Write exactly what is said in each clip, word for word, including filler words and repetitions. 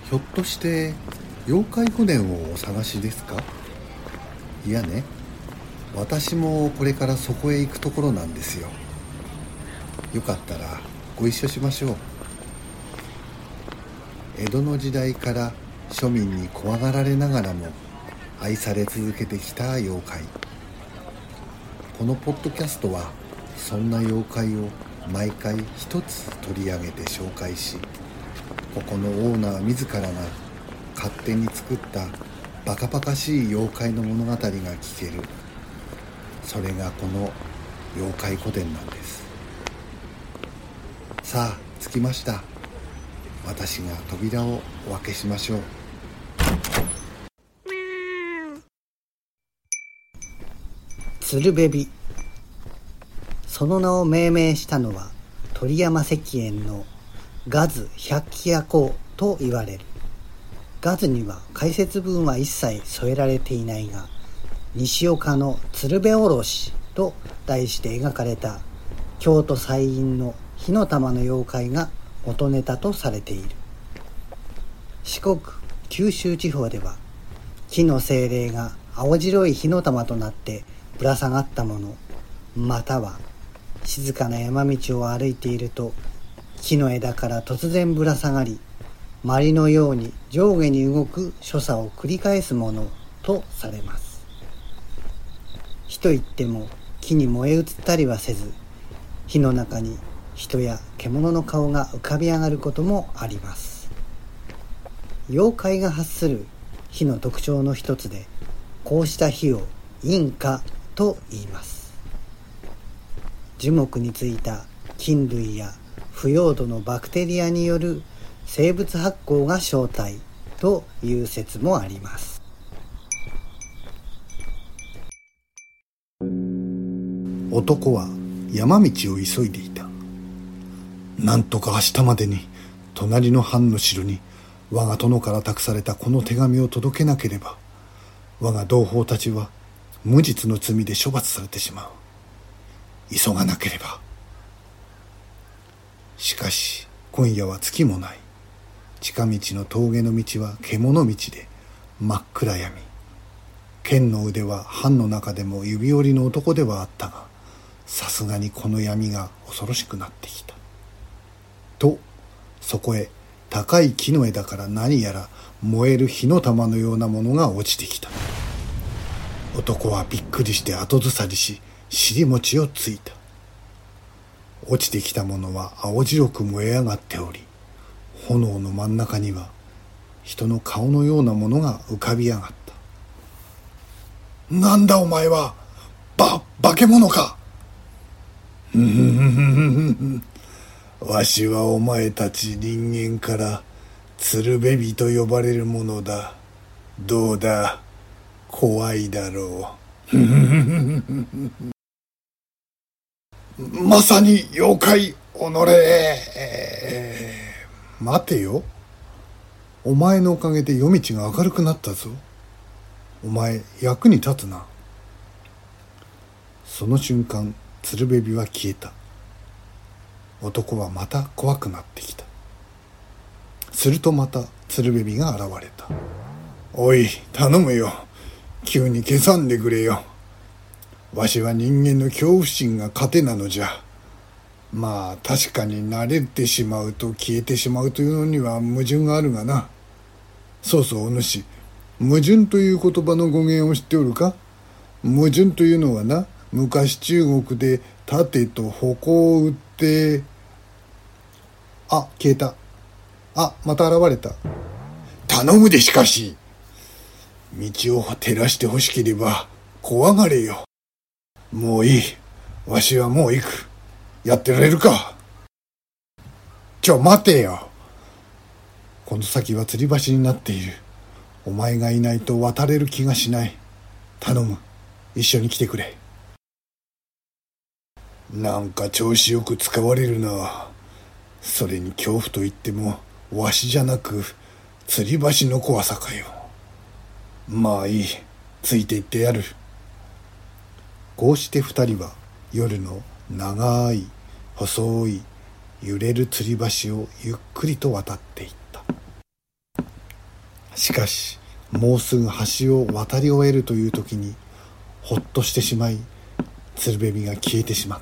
ひょっとして妖怪船をお探しですか？いやね、私もこれからそこへ行くところなんですよ。よかったらご一緒しましょう。江戸の時代から庶民に怖がられながらも愛され続けてきた妖怪。このポッドキャストはそんな妖怪を毎回一つ取り上げて紹介し、ここのオーナー自らが勝手に作ったバカバカしい妖怪の物語が聞ける。それがこの妖怪古典なんです。さあ着きました。私が扉をお開けしましょう。 鶴瓶。その名を命名したのは鳥山石燕のガズ百鬼夜行と言われる。ガズには解説文は一切添えられていないが、西岡の鶴瓶おろしと題して描かれた京都西院の火の玉の妖怪が元ネタとされている。四国、九州地方では木の精霊が青白い火の玉となってぶら下がったもの、または静かな山道を歩いていると木の枝から突然ぶら下がり、鞠のように上下に動く所作を繰り返すものとされます。火といっても木に燃え移ったりはせず、火の中に人や獣の顔が浮かび上がることもあります。妖怪が発する火の特徴の一つで、こうした火を引火と言います。樹木についた菌類や腐葉土のバクテリアによる生物発光が正体という説もあります。 男は山道を急いでいた。なんとか明日までに隣の藩の城に我が殿から託されたこの手紙を届けなければ、我が同胞たちは無実の罪で処罰されてしまう。急がなければ。しかし今夜は月もない。近道の峠の道は獣道で真っ暗闇。剣の腕は藩の中でも指折りの男ではあったが、さすがにこの闇が恐ろしくなってきた。とそこへ高い木の枝から何やら燃える火の玉のようなものが落ちてきた。男はびっくりして後ずさりし、尻餅をついた。落ちてきたものは青白く燃え上がっており、炎の真ん中には人の顔のようなものが浮かび上がった。なんだお前は、ば、化け物か。ふふふふふ。わしはお前たち人間から鶴瓶火と呼ばれるものだ。どうだ、怖いだろう。まさに妖怪おのれ。待てよ。お前のおかげで夜道が明るくなったぞ。お前役に立つな。その瞬間、鶴瓶火は消えた。男はまた怖くなってきた。するとまた鶴瓶火が現れた。おい、頼むよ。急に消さんでくれよ。わしは人間の恐怖心が糧なのじゃ。まあ確かに慣れてしまうと消えてしまうというのには矛盾があるがな。そうそうお主、矛盾という言葉の語源を知っておるか？矛盾というのはな、昔中国で盾と矛を打って、あ、消えた。あ、また現れた。頼むでしかし。道を照らしてほしければ怖がれよ。もういい。わしはもう行く。やってられるか。ちょ、待てよ。この先は吊り橋になっている。お前がいないと渡れる気がしない。頼む。一緒に来てくれ。なんか調子よく使われるな。それに恐怖と言ってもわしじゃなく吊り橋の怖さかよ。まあいい。ついて行ってやる。こうして二人は夜の長い細い揺れる吊り橋をゆっくりと渡っていった。 しかしもうすぐ橋を渡り終えるという時にほっとしてしまい、鶴瓶が消えてしまった。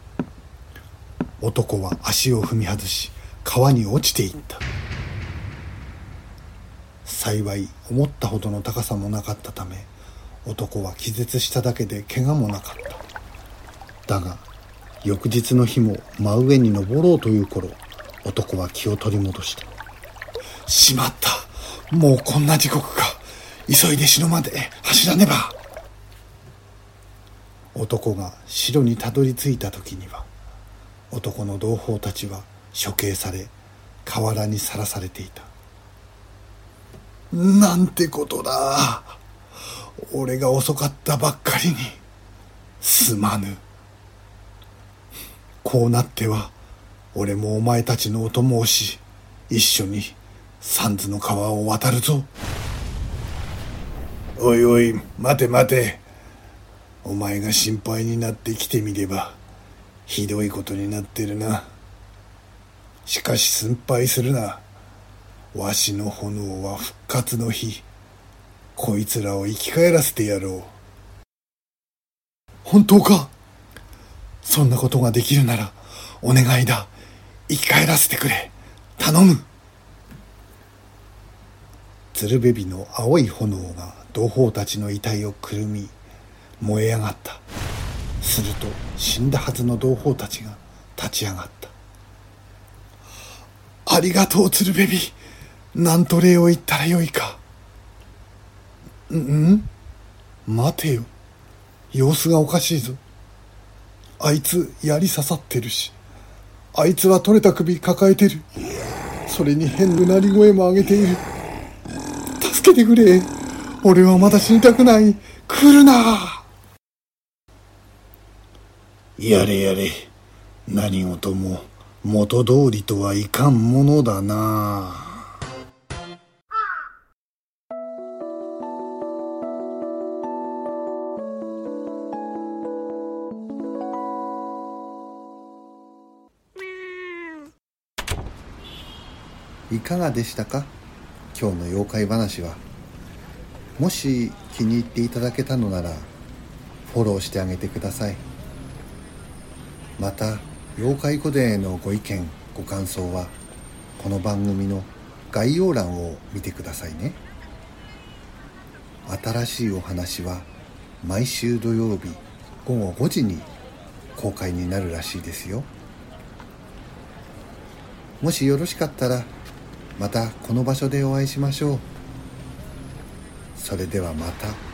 男は足を踏み外し川に落ちていった。幸い思ったほどの高さもなかったため、男は気絶しただけで怪我もなかった。だが翌日の日も真上に登ろうという頃、男は気を取り戻した。しまった、もうこんな時刻か。急いで城まで走らねば。男が城にたどり着いた時には、男の同胞たちは処刑され河原にさらされていた。なんてことだ。俺が遅かったばっかりにすまぬ。こうなっては俺もお前たちのお供をし、一緒に三途の川を渡るぞ。おいおい、待て待て。お前が心配になって来てみればひどいことになってるな。しかし心配するな。わしの炎は復活の日、こいつらを生き返らせてやろう。本当か？そんなことができるならお願いだ。生き返らせてくれ。頼む。鶴瓶の青い炎が同胞たちの遺体をくるみ燃え上がった。すると死んだはずの同胞たちが立ち上がった。ありがとう鶴瓶。なんと礼を言ったらよいか。んん待てよ、様子がおかしいぞ。あいつ槍刺さってるし、あいつは取れた首抱えてる。それに変な鳴り声も上げている。助けてくれ。俺はまだ死にたくない。来るな。やれやれ、何事も元通りとはいかんものだな。いかがでしたか、今日の妖怪話は。もし気に入っていただけたのならフォローしてあげてください。また妖怪古典へのご意見ご感想はこの番組の概要欄を見てくださいね。新しいお話は毎週土曜日ごごごじに公開になるらしいですよ。もしよろしかったらまたこの場所でお会いしましょう。それではまた。